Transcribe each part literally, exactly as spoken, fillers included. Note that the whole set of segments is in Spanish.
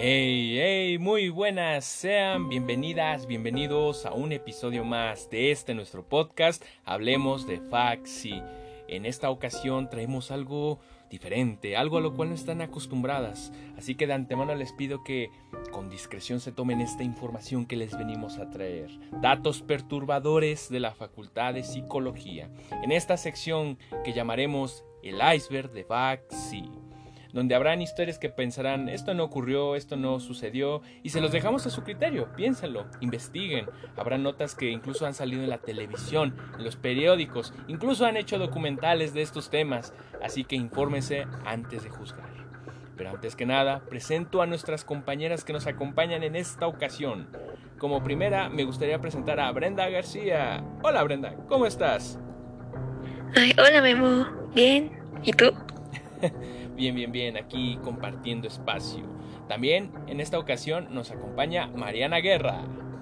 Hey, hey, muy buenas, sean bienvenidas, bienvenidos a un episodio más de este nuestro podcast, Hablemos de Faxi. En esta ocasión traemos algo diferente, algo a lo cual no están acostumbradas, así que de antemano les pido que con discreción se tomen esta información que les venimos a traer. Datos perturbadores de la Facultad de Psicología, en esta sección que llamaremos el iceberg de Faxi, donde habrán historias que pensarán, esto no ocurrió, esto no sucedió, y se los dejamos a su criterio, piénsenlo, investiguen. Habrá notas que incluso han salido en la televisión, en los periódicos, incluso han hecho documentales de estos temas, así que infórmense antes de juzgar. Pero antes que nada, presento a nuestras compañeras que nos acompañan en esta ocasión. Como primera, me gustaría presentar a Brenda García. Hola Brenda, ¿cómo estás? Ay, hola Memo, bien, ¿y tú? Bien, bien, bien, aquí compartiendo espacio. También en esta ocasión nos acompaña Mariana Guerra.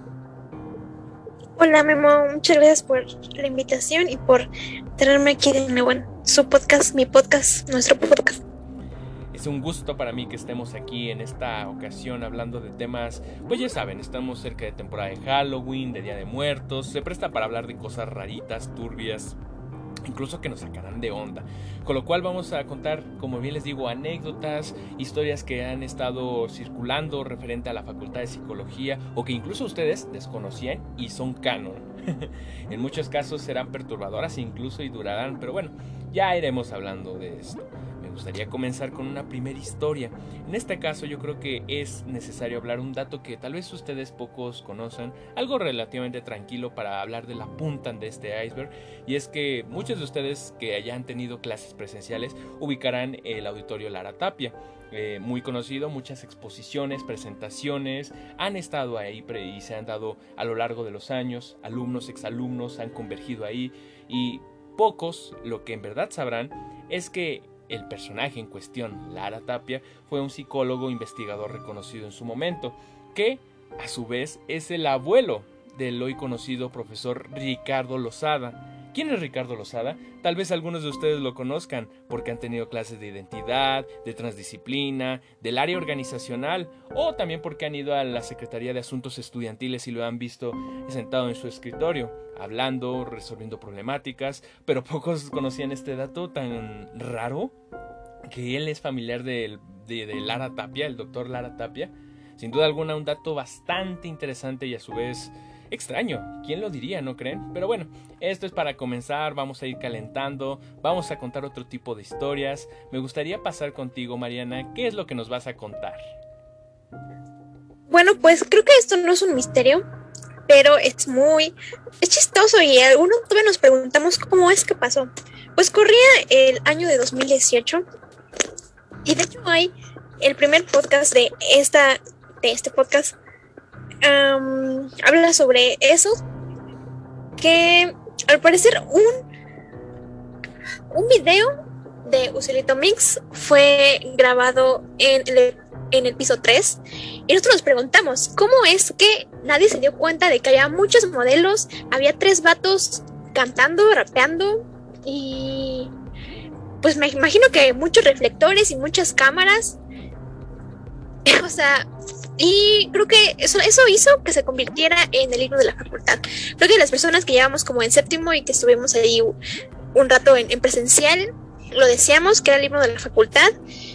Hola Memo, muchas gracias por la invitación y por tenerme aquí de nuevo en su podcast, mi podcast, nuestro podcast. Es un gusto para mí que estemos aquí en esta ocasión hablando de temas, pues ya saben, estamos cerca de temporada de Halloween, de Día de Muertos, se presta para hablar de cosas raritas, turbias, incluso que nos sacarán de onda, con lo cual vamos a contar, como bien les digo, anécdotas, historias que han estado circulando referente a la Facultad de Psicología o que incluso ustedes desconocían y son canon. En muchos casos serán perturbadoras incluso y durarán, pero bueno, ya iremos hablando de esto. Me gustaría comenzar con una primera historia. En este caso yo creo que es necesario hablar un dato que tal vez ustedes pocos conocen, algo relativamente tranquilo para hablar de la punta de este iceberg, y es que muchos de ustedes que hayan tenido clases presenciales ubicarán el auditorio Lara Tapia. Eh, muy conocido, muchas exposiciones, presentaciones han estado ahí y se han dado a lo largo de los años, alumnos, exalumnos han convergido ahí, y pocos lo que en verdad sabrán es que el personaje en cuestión, Lara Tapia, fue un psicólogo investigador reconocido en su momento, que a su vez es el abuelo del hoy conocido profesor Ricardo Losada. ¿Quién es Ricardo Losada? Tal vez algunos de ustedes lo conozcan porque han tenido clases de identidad, de transdisciplina, del área organizacional, o también porque han ido a la Secretaría de Asuntos Estudiantiles y lo han visto sentado en su escritorio, hablando, resolviendo problemáticas, pero pocos conocían este dato tan raro, que él es familiar de, de, de Lara Tapia, el doctor Lara Tapia. Sin duda alguna un dato bastante interesante y a su vez extraño. ¿Quién lo diría, no creen? Pero bueno, esto es para comenzar, vamos a ir calentando, vamos a contar otro tipo de historias. Me gustaría pasar contigo, Mariana, ¿qué es lo que nos vas a contar? Bueno, pues creo que esto no es un misterio, pero es muy, es chistoso y algunos todavía nos preguntamos cómo es que pasó. Pues corría el año de dos mil dieciocho y de hecho hay el primer podcast de esta, de este podcast, um, habla sobre eso, que al parecer un un video de Ucielito Mix fue grabado en el, en el piso tres y nosotros nos preguntamos cómo es que nadie se dio cuenta de que había muchos modelos, había tres vatos cantando, rapeando y pues me imagino que muchos reflectores y muchas cámaras. O sea, y creo que eso, eso hizo que se convirtiera en el libro de la facultad. Creo que las personas que llevamos como en séptimo y que estuvimos ahí un rato en, en presencial, lo decíamos que era el libro de la facultad.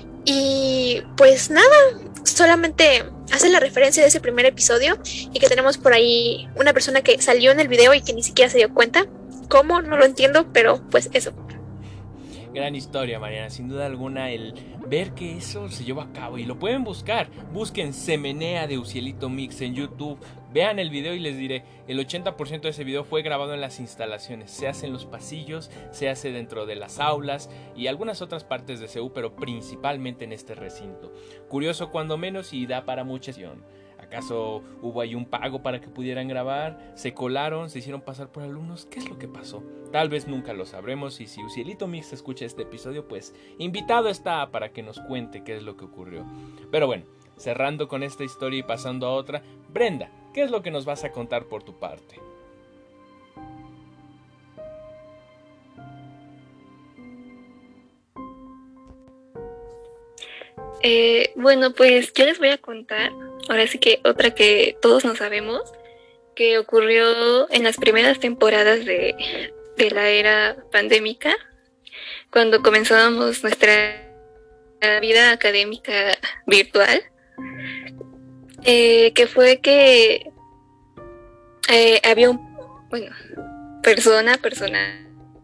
Y pues nada, solamente hace la referencia de ese primer episodio y que tenemos por ahí una persona que salió en el video y que ni siquiera se dio cuenta. ¿Cómo? No lo entiendo, pero pues eso. Gran historia, Mariana, sin duda alguna, el ver que eso se lleva a cabo y lo pueden buscar. Busquen Semenea de Ucielito Mix en YouTube. Vean el video y les diré, el ochenta por ciento de ese video fue grabado en las instalaciones. Se hace en los pasillos, se hace dentro de las aulas y algunas otras partes de C U, pero principalmente en este recinto. Curioso cuando menos y da para mucha acción. ¿Acaso hubo ahí un pago para que pudieran grabar? ¿Se colaron? ¿Se hicieron pasar por alumnos? ¿Qué es lo que pasó? Tal vez nunca lo sabremos, y si Ucielito Mix escucha este episodio, pues invitado está para que nos cuente qué es lo que ocurrió. Pero bueno, cerrando con esta historia y pasando a otra, Brenda, ¿qué es lo que nos vas a contar por tu parte? Eh, bueno, pues yo les voy a contar, ahora sí que otra que todos no sabemos, que ocurrió en las primeras temporadas de, de la era pandémica, cuando comenzábamos nuestra vida académica virtual, eh, que fue que eh, había un, bueno, persona, personaje,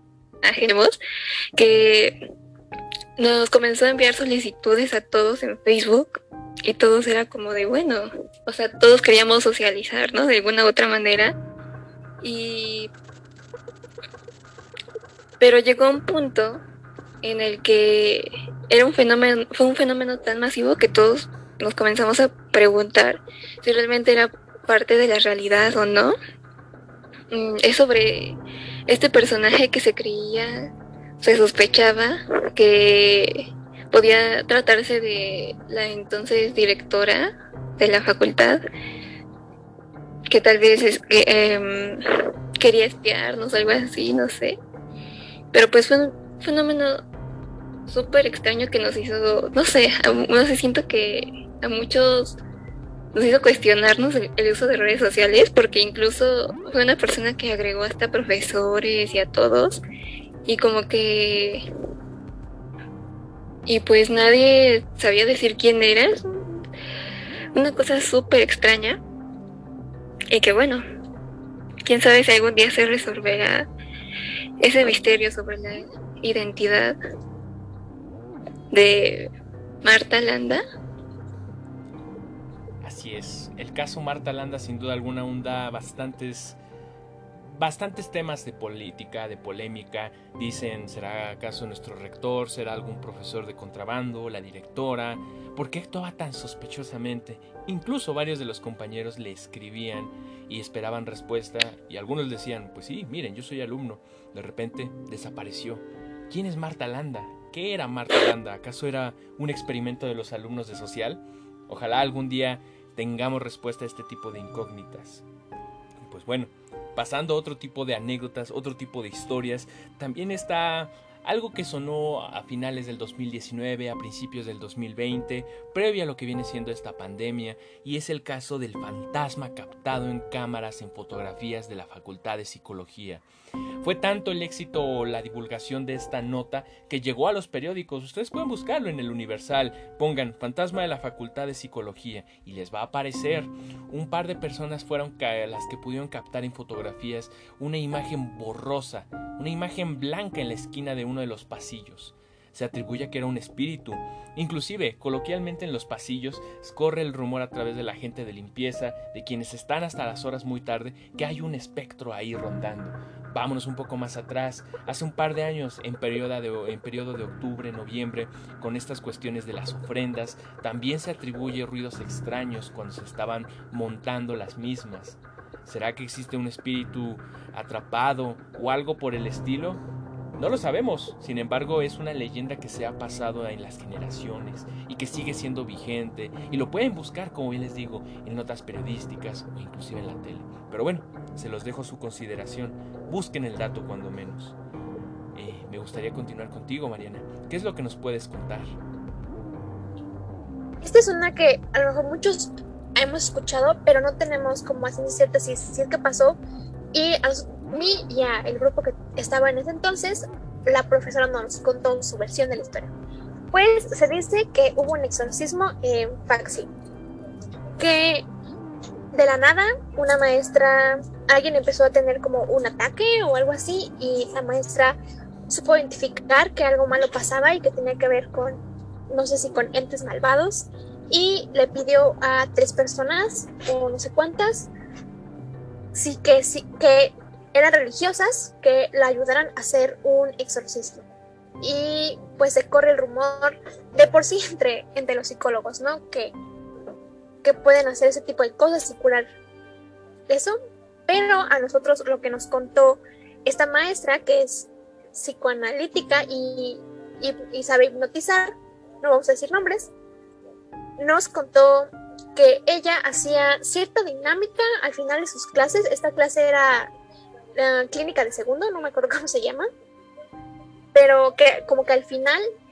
que nos comenzó a enviar solicitudes a todos en Facebook y todos era como de, bueno, o sea, todos queríamos socializar, ¿no? De alguna u otra manera. Y... Pero llegó un punto en el que era un fenómeno, fue un fenómeno tan masivo que todos nos comenzamos a preguntar si realmente era parte de la realidad o no. Es sobre este personaje que se creía, se sospechaba que podía tratarse de la entonces directora de la facultad, que tal vez es, que, eh, quería espiarnos, algo así, no sé. Pero pues fue un fenómeno súper extraño que nos hizo, no sé, no sé, siento que a muchos nos hizo cuestionarnos el, el uso de redes sociales, porque incluso fue una persona que agregó hasta profesores y a todos, y como que... Y pues nadie sabía decir quién era, una cosa súper extraña, y que bueno, quién sabe si algún día se resolverá ese misterio sobre la identidad de Marta Landa. Así es, el caso Marta Landa sin duda alguna hunda bastantes, bastantes temas de política, de polémica. Dicen, ¿será acaso nuestro rector? ¿Será algún profesor de contrabando? ¿La directora? ¿Por qué actuaba tan sospechosamente? Incluso varios de los compañeros le escribían y esperaban respuesta, y algunos decían, pues sí, miren, yo soy alumno. De repente desapareció. ¿Quién es Marta Landa? ¿Qué era Marta Landa? ¿Acaso era un experimento de los alumnos de social? Ojalá algún día tengamos respuesta a este tipo de incógnitas. Pues bueno, pasando a otro tipo de anécdotas, otro tipo de historias, también está algo que sonó a finales del dos mil diecinueve, a principios del dos mil veinte, previo a lo que viene siendo esta pandemia, y es el caso del fantasma captado en cámaras en fotografías de la Facultad de Psicología. Fue tanto el éxito o la divulgación de esta nota que llegó a los periódicos. Ustedes pueden buscarlo en el Universal, pongan fantasma de la Facultad de Psicología y les va a aparecer. Un par de personas fueron las que pudieron captar en fotografías una imagen borrosa, una imagen blanca en la esquina de uno de los pasillos. Se atribuye que era un espíritu. Inclusive, coloquialmente en los pasillos, corre el rumor a través de la gente de limpieza, de quienes están hasta las horas muy tarde, que hay un espectro ahí rondando. Vámonos un poco más atrás, hace un par de años, en periodo de, en periodo de octubre, noviembre, con estas cuestiones de las ofrendas, también se atribuye ruidos extraños cuando se estaban montando las mismas. ¿Será que existe un espíritu atrapado o algo por el estilo? No lo sabemos, sin embargo es una leyenda que se ha pasado en las generaciones y que sigue siendo vigente, y lo pueden buscar, como bien les digo, en notas periodísticas o inclusive en la tele. Pero bueno, se los dejo a su consideración, busquen el dato cuando menos. Eh, me gustaría continuar contigo, Mariana. ¿Qué es lo que nos puedes contar? Esta es una que a lo mejor muchos hemos escuchado, pero no tenemos como así cierta si, si es que pasó. Y a mí y a el grupo que estaba en ese entonces, la profesora nos contó su versión de la historia. Pues se dice que hubo un exorcismo en Faxi, que de la nada una maestra, alguien empezó a tener como un ataque o algo así, y la maestra supo identificar que algo malo pasaba y que tenía que ver con, no sé si con entes malvados, y le pidió a tres personas o no sé cuántas, sí que sí que eran religiosas, que la ayudaran a hacer un exorcismo. Y pues se corre el rumor de por sí entre, entre los psicólogos, ¿no? Que, que pueden hacer ese tipo de cosas y curar eso. Pero a nosotros lo que nos contó esta maestra, que es psicoanalítica y, y, y sabe hipnotizar, no vamos a decir nombres, nos contó que ella hacía cierta dinámica al final de sus clases. Esta clase era la clínica de segundo, no me acuerdo cómo se llama, pero que como que al final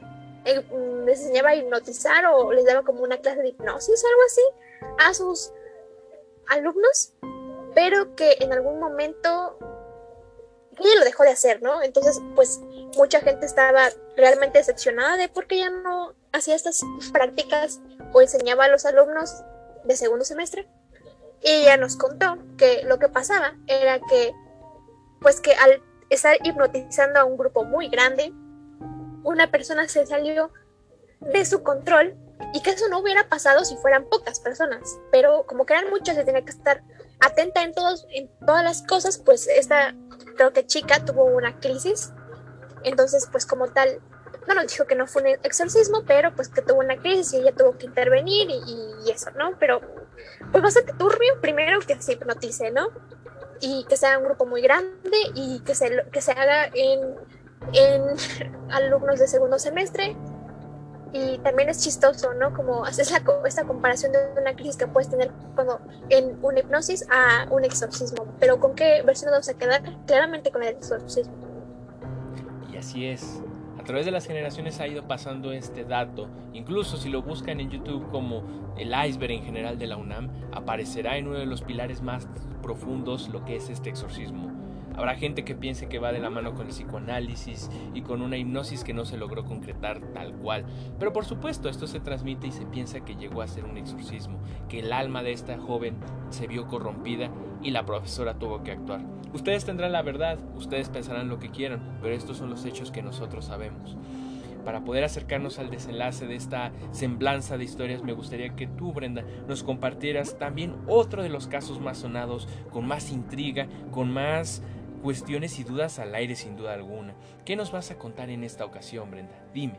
eh, mm, les enseñaba a hipnotizar o les daba como una clase de hipnosis o algo así a sus alumnos, pero que en algún momento ella lo dejó de hacer, ¿no? Entonces, pues mucha gente estaba realmente decepcionada de por qué ya no hacía estas prácticas o enseñaba a los alumnos de segundo semestre. Y ella nos contó que lo que pasaba era que, pues que al estar hipnotizando a un grupo muy grande, una persona se salió de su control y que eso no hubiera pasado si fueran pocas personas, pero como que eran muchas y tenía que estar atenta en, todos, en todas las cosas, pues esta, creo que chica tuvo una crisis, entonces pues como tal, no nos dijo que no fue un exorcismo, pero pues que tuvo una crisis y ella tuvo que intervenir y, y eso, ¿no? Pero pues bastante turbio, primero que se hipnotice, ¿no? Y que sea un grupo muy grande y que se, que se haga en, en alumnos de segundo semestre. Y también es chistoso, ¿no? Como haces la, esta comparación de una crisis que puedes tener cuando en una hipnosis a un exorcismo. Pero ¿con qué versión nos vamos a quedar? Claramente con el exorcismo. Y así es. A través de las generaciones ha ido pasando este dato. Incluso si lo buscan en YouTube como el iceberg en general de la UNAM, aparecerá en uno de los pilares más profundos lo que es este exorcismo. Habrá gente que piense que va de la mano con el psicoanálisis y con una hipnosis que no se logró concretar tal cual. Pero por supuesto, esto se transmite y se piensa que llegó a ser un exorcismo, que el alma de esta joven se vio corrompida y la profesora tuvo que actuar. Ustedes tendrán la verdad, ustedes pensarán lo que quieran, pero estos son los hechos que nosotros sabemos. Para poder acercarnos al desenlace de esta semblanza de historias, me gustaría que tú, Brenda, nos compartieras también otro de los casos más sonados, con más intriga, con más cuestiones y dudas al aire sin duda alguna. ¿Qué nos vas a contar en esta ocasión, Brenda? Dime.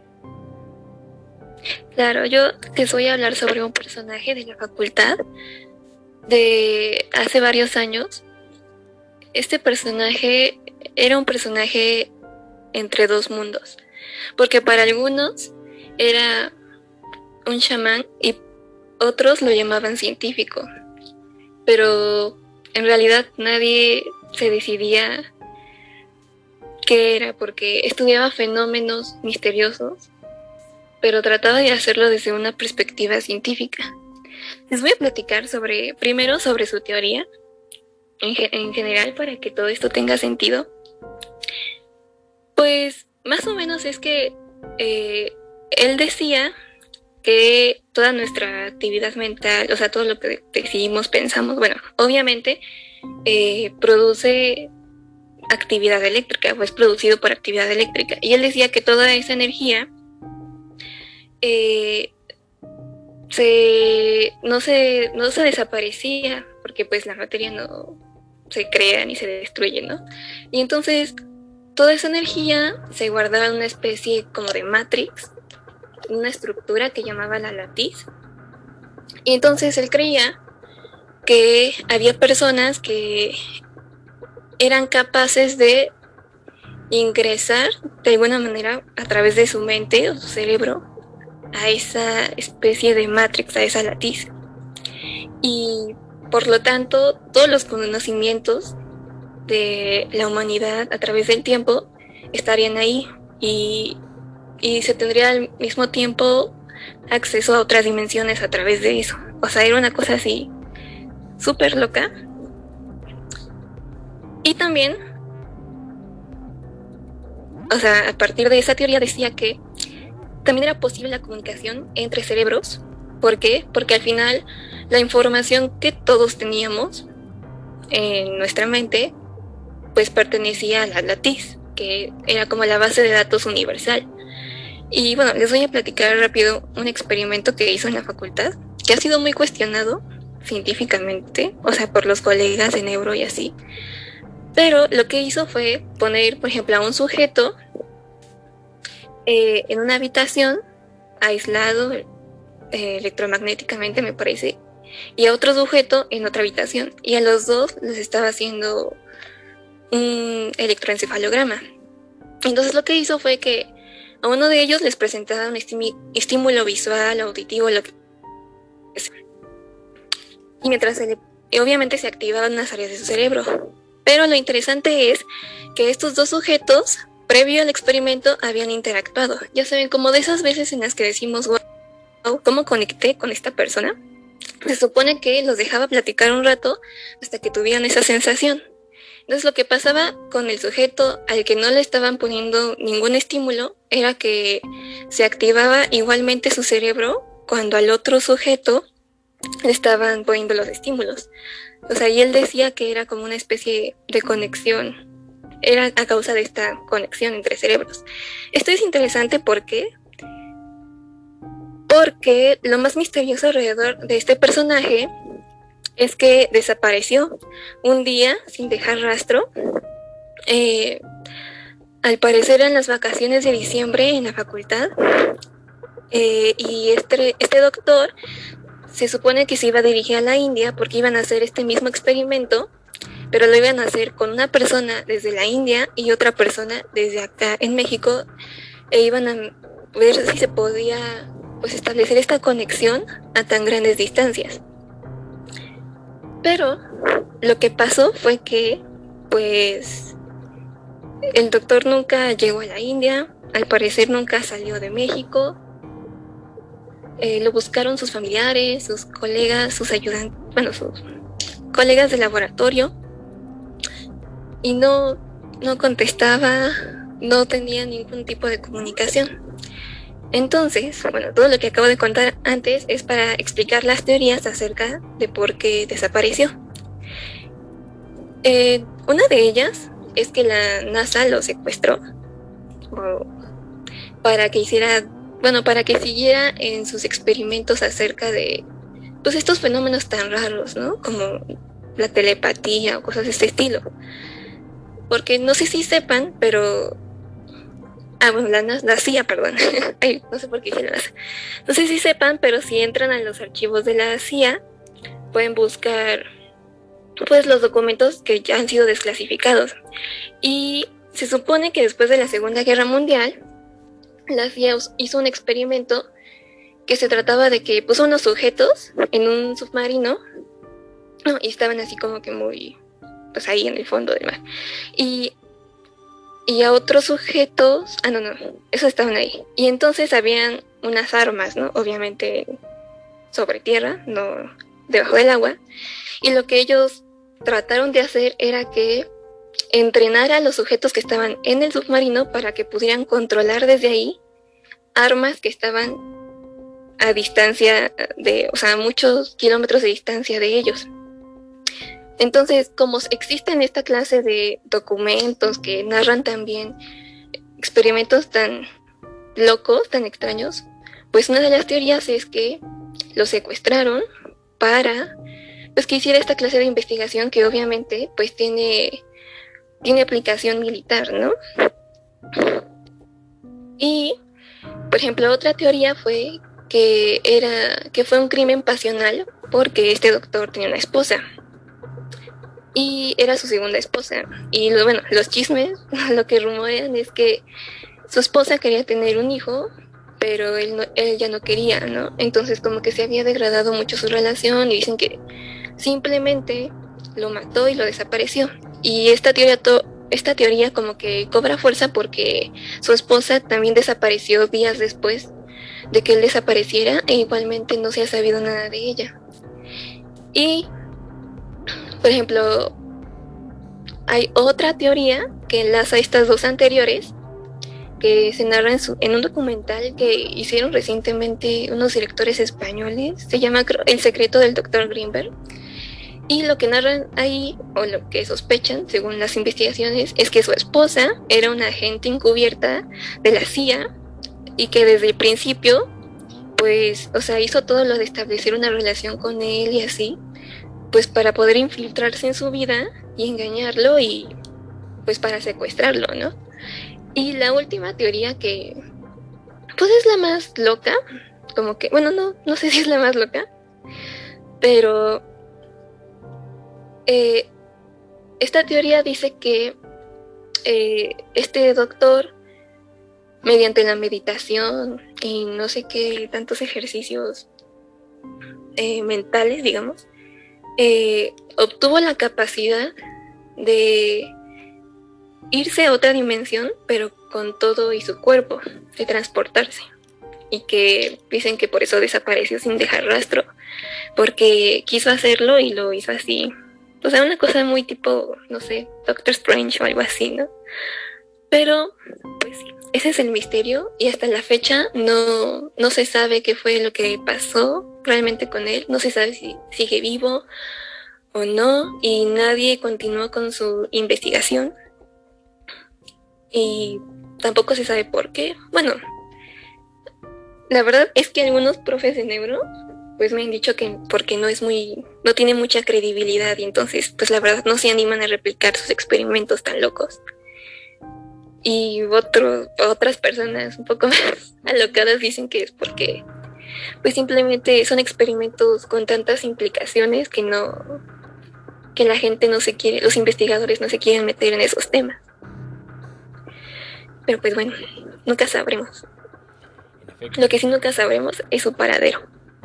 Claro, yo les voy a hablar sobre un personaje de la facultad de hace varios años. Este personaje era un personaje entre dos mundos, porque para algunos era un chamán y otros lo llamaban científico, pero en realidad nadie se decidía qué era, porque estudiaba fenómenos misteriosos, pero trataba de hacerlo desde una perspectiva científica. Les voy a platicar sobre, primero sobre su teoría, en, en general, para que todo esto tenga sentido. Pues más o menos es que eh, él decía que toda nuestra actividad mental, o sea, todo lo que decidimos, pensamos, bueno, obviamente eh, produce actividad eléctrica, o es producido por actividad eléctrica. Y él decía que toda esa energía eh, se, no, se, no se desaparecía, porque pues la materia no se crea ni se destruye, ¿no? Y entonces toda esa energía se guardaba en una especie como de matrix, una estructura que llamaba la latiz. Y entonces él creía que había personas que eran capaces de ingresar de alguna manera a través de su mente o su cerebro a esa especie de matrix, a esa latiz. Y por lo tanto, todos los conocimientos de la humanidad a través del tiempo estarían ahí y, y se tendría al mismo tiempo acceso a otras dimensiones a través de eso. O sea, era una cosa así súper loca. Y también, o sea, a partir de esa teoría decía que también era posible la comunicación entre cerebros. ¿Por qué? Porque al final la información que todos teníamos en nuestra mente pues pertenecía a la latiz, que era como la base de datos universal. Y bueno, les voy a platicar rápido un experimento que hizo en la facultad, que ha sido muy cuestionado científicamente, o sea, por los colegas de neuro y así. Pero lo que hizo fue poner, por ejemplo, a un sujeto eh, en una habitación, aislado eh, electromagnéticamente, me parece, y a otro sujeto en otra habitación. Y a los dos les estaba haciendo un electroencefalograma. Entonces lo que hizo fue que a uno de ellos les presentaba un estímulo, estímulo visual, auditivo, lo que sea. Y mientras se le, obviamente se activaban unas áreas de su cerebro. Pero lo interesante es que estos dos sujetos previo al experimento habían interactuado. Ya saben, como de esas veces en las que decimos, wow, ¿cómo conecté con esta persona? Se supone que los dejaba platicar un rato hasta que tuvieran esa sensación. Entonces lo que pasaba con el sujeto al que no le estaban poniendo ningún estímulo era que se activaba igualmente su cerebro cuando al otro sujeto le estaban poniendo los estímulos. O sea, y él decía que era como una especie de conexión, era a causa de esta conexión entre cerebros. Esto es interesante porque, porque lo más misterioso alrededor de este personaje es que desapareció un día sin dejar rastro. Eh, al parecer en las vacaciones de diciembre en la facultad, eh, y este, este doctor se supone que se iba a dirigir a la India porque iban a hacer este mismo experimento, pero lo iban a hacer con una persona desde la India y otra persona desde acá en México, e iban a ver si se podía, pues, establecer esta conexión a tan grandes distancias. Pero lo que pasó fue que, pues, el doctor nunca llegó a la India, al parecer nunca salió de México. Eh, lo buscaron sus familiares, sus colegas, sus ayudantes, bueno, sus colegas de laboratorio, y no, no contestaba, no tenía ningún tipo de comunicación. Entonces, bueno, todo lo que acabo de contar antes es para explicar las teorías acerca de por qué desapareció. Eh, una de ellas es que la NASA lo secuestró o, para que hiciera, bueno, para que siguiera en sus experimentos acerca de, pues, estos fenómenos tan raros, ¿no? Como la telepatía o cosas de este estilo. Porque no sé si sepan, pero Ah, bueno, la, la C I A, perdón. Ay, no sé por qué dije la NASA. No sé si sepan, pero si entran a los archivos de la C I A, pueden buscar, pues, los documentos que ya han sido desclasificados. Y se supone que después de la Segunda Guerra Mundial, la C I A hizo un experimento que se trataba de que puso unos sujetos en un submarino, ¿no? Y estaban así como que muy, pues, ahí en el fondo del mar. Y Y a otros sujetos, ah, no, no, esos estaban ahí. Y entonces habían unas armas, ¿no? Obviamente sobre tierra, no debajo del agua. Y lo que ellos trataron de hacer era que entrenar a los sujetos que estaban en el submarino para que pudieran controlar desde ahí armas que estaban a distancia de, o sea, muchos kilómetros de distancia de ellos. Entonces, como existen esta clase de documentos que narran también experimentos tan locos, tan extraños, pues una de las teorías es que lo secuestraron para, pues, que hiciera esta clase de investigación que obviamente, pues, tiene, tiene aplicación militar, ¿no? Y, por ejemplo, otra teoría fue que era, que fue un crimen pasional porque este doctor tenía una esposa. Y era su segunda esposa. Y lo, bueno, los chismes, lo que rumorean es que su esposa quería tener un hijo, pero él, no, él ya no quería, ¿no? Entonces como que se había degradado mucho su relación y dicen que simplemente lo mató y lo desapareció. Y esta teoría, to, esta teoría como que cobra fuerza porque su esposa también desapareció días después de que él desapareciera e igualmente no se ha sabido nada de ella. Y por ejemplo, hay otra teoría que enlaza estas dos anteriores, que se narra en, su, en un documental que hicieron recientemente unos directores españoles, se llama El secreto del doctor Greenberg, y lo que narran ahí, o lo que sospechan, según las investigaciones, es que su esposa era una agente encubierta de la C I A, y que desde el principio, pues, o sea, hizo todo lo de establecer una relación con él y así, pues para poder infiltrarse en su vida y engañarlo y pues para secuestrarlo, ¿no? Y la última teoría que pues es la más loca, como que, bueno, no, no sé si es la más loca, pero eh, esta teoría dice que eh, este doctor, mediante la meditación y no sé qué tantos ejercicios eh, mentales, digamos, Eh, obtuvo la capacidad de irse a otra dimensión, pero con todo y su cuerpo, de transportarse. Y que dicen que por eso desapareció sin dejar rastro, porque quiso hacerlo y lo hizo así. O sea, una cosa muy tipo, no sé, Doctor Strange o algo así, ¿no? Pero, pues sí, ese es el misterio y hasta la fecha no, no se sabe qué fue lo que pasó realmente con él, no se sabe si sigue vivo o no y nadie continuó con su investigación y tampoco se sabe por qué. Bueno, la verdad es que algunos profes de neuro pues me han dicho que porque no es muy, no tiene mucha credibilidad y entonces pues la verdad no se animan a replicar sus experimentos tan locos. Y otro, otras personas un poco más alocadas dicen que es porque pues simplemente son experimentos con tantas implicaciones que no, que la gente no se quiere, los investigadores no se quieren meter en esos temas. Pero pues bueno, nunca sabremos. Lo que sí nunca sabremos es su paradero.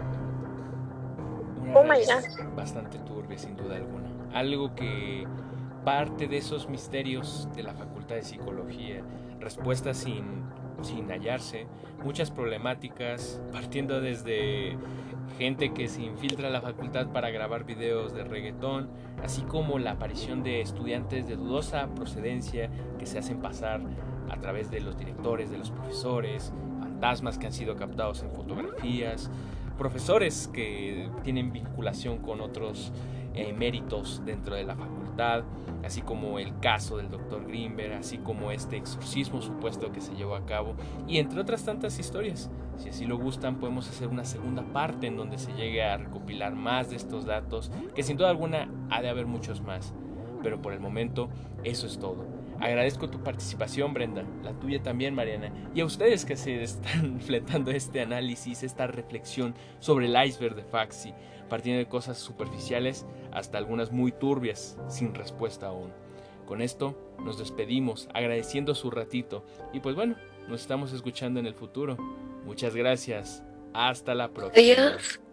Una Oh my raíz God. bastante turbia, sin duda alguna. Algo que parte de esos misterios de la Facultad de Psicología, respuestas sin, sin hallarse, muchas problemáticas, partiendo desde gente que se infiltra a la facultad para grabar videos de reggaetón, así como la aparición de estudiantes de dudosa procedencia que se hacen pasar a través de los directores, de los profesores, fantasmas que han sido captados en fotografías, profesores que tienen vinculación con otros eh, méritos dentro de la facultad, así como el caso del doctor Greenberg, así como este exorcismo supuesto que se llevó a cabo, y entre otras tantas historias. Si así lo gustan, podemos hacer una segunda parte en donde se llegue a recopilar más de estos datos, que sin duda alguna ha de haber muchos más. Pero por el momento, eso es todo. Agradezco tu participación, Brenda, la tuya también, Mariana, y a ustedes que se están fletando este análisis, esta reflexión sobre el iceberg de Faxi, partiendo de cosas superficiales hasta algunas muy turbias, sin respuesta aún. Con esto nos despedimos, agradeciendo su ratito, y pues bueno, nos estamos escuchando en el futuro. Muchas gracias, hasta la próxima. Adiós.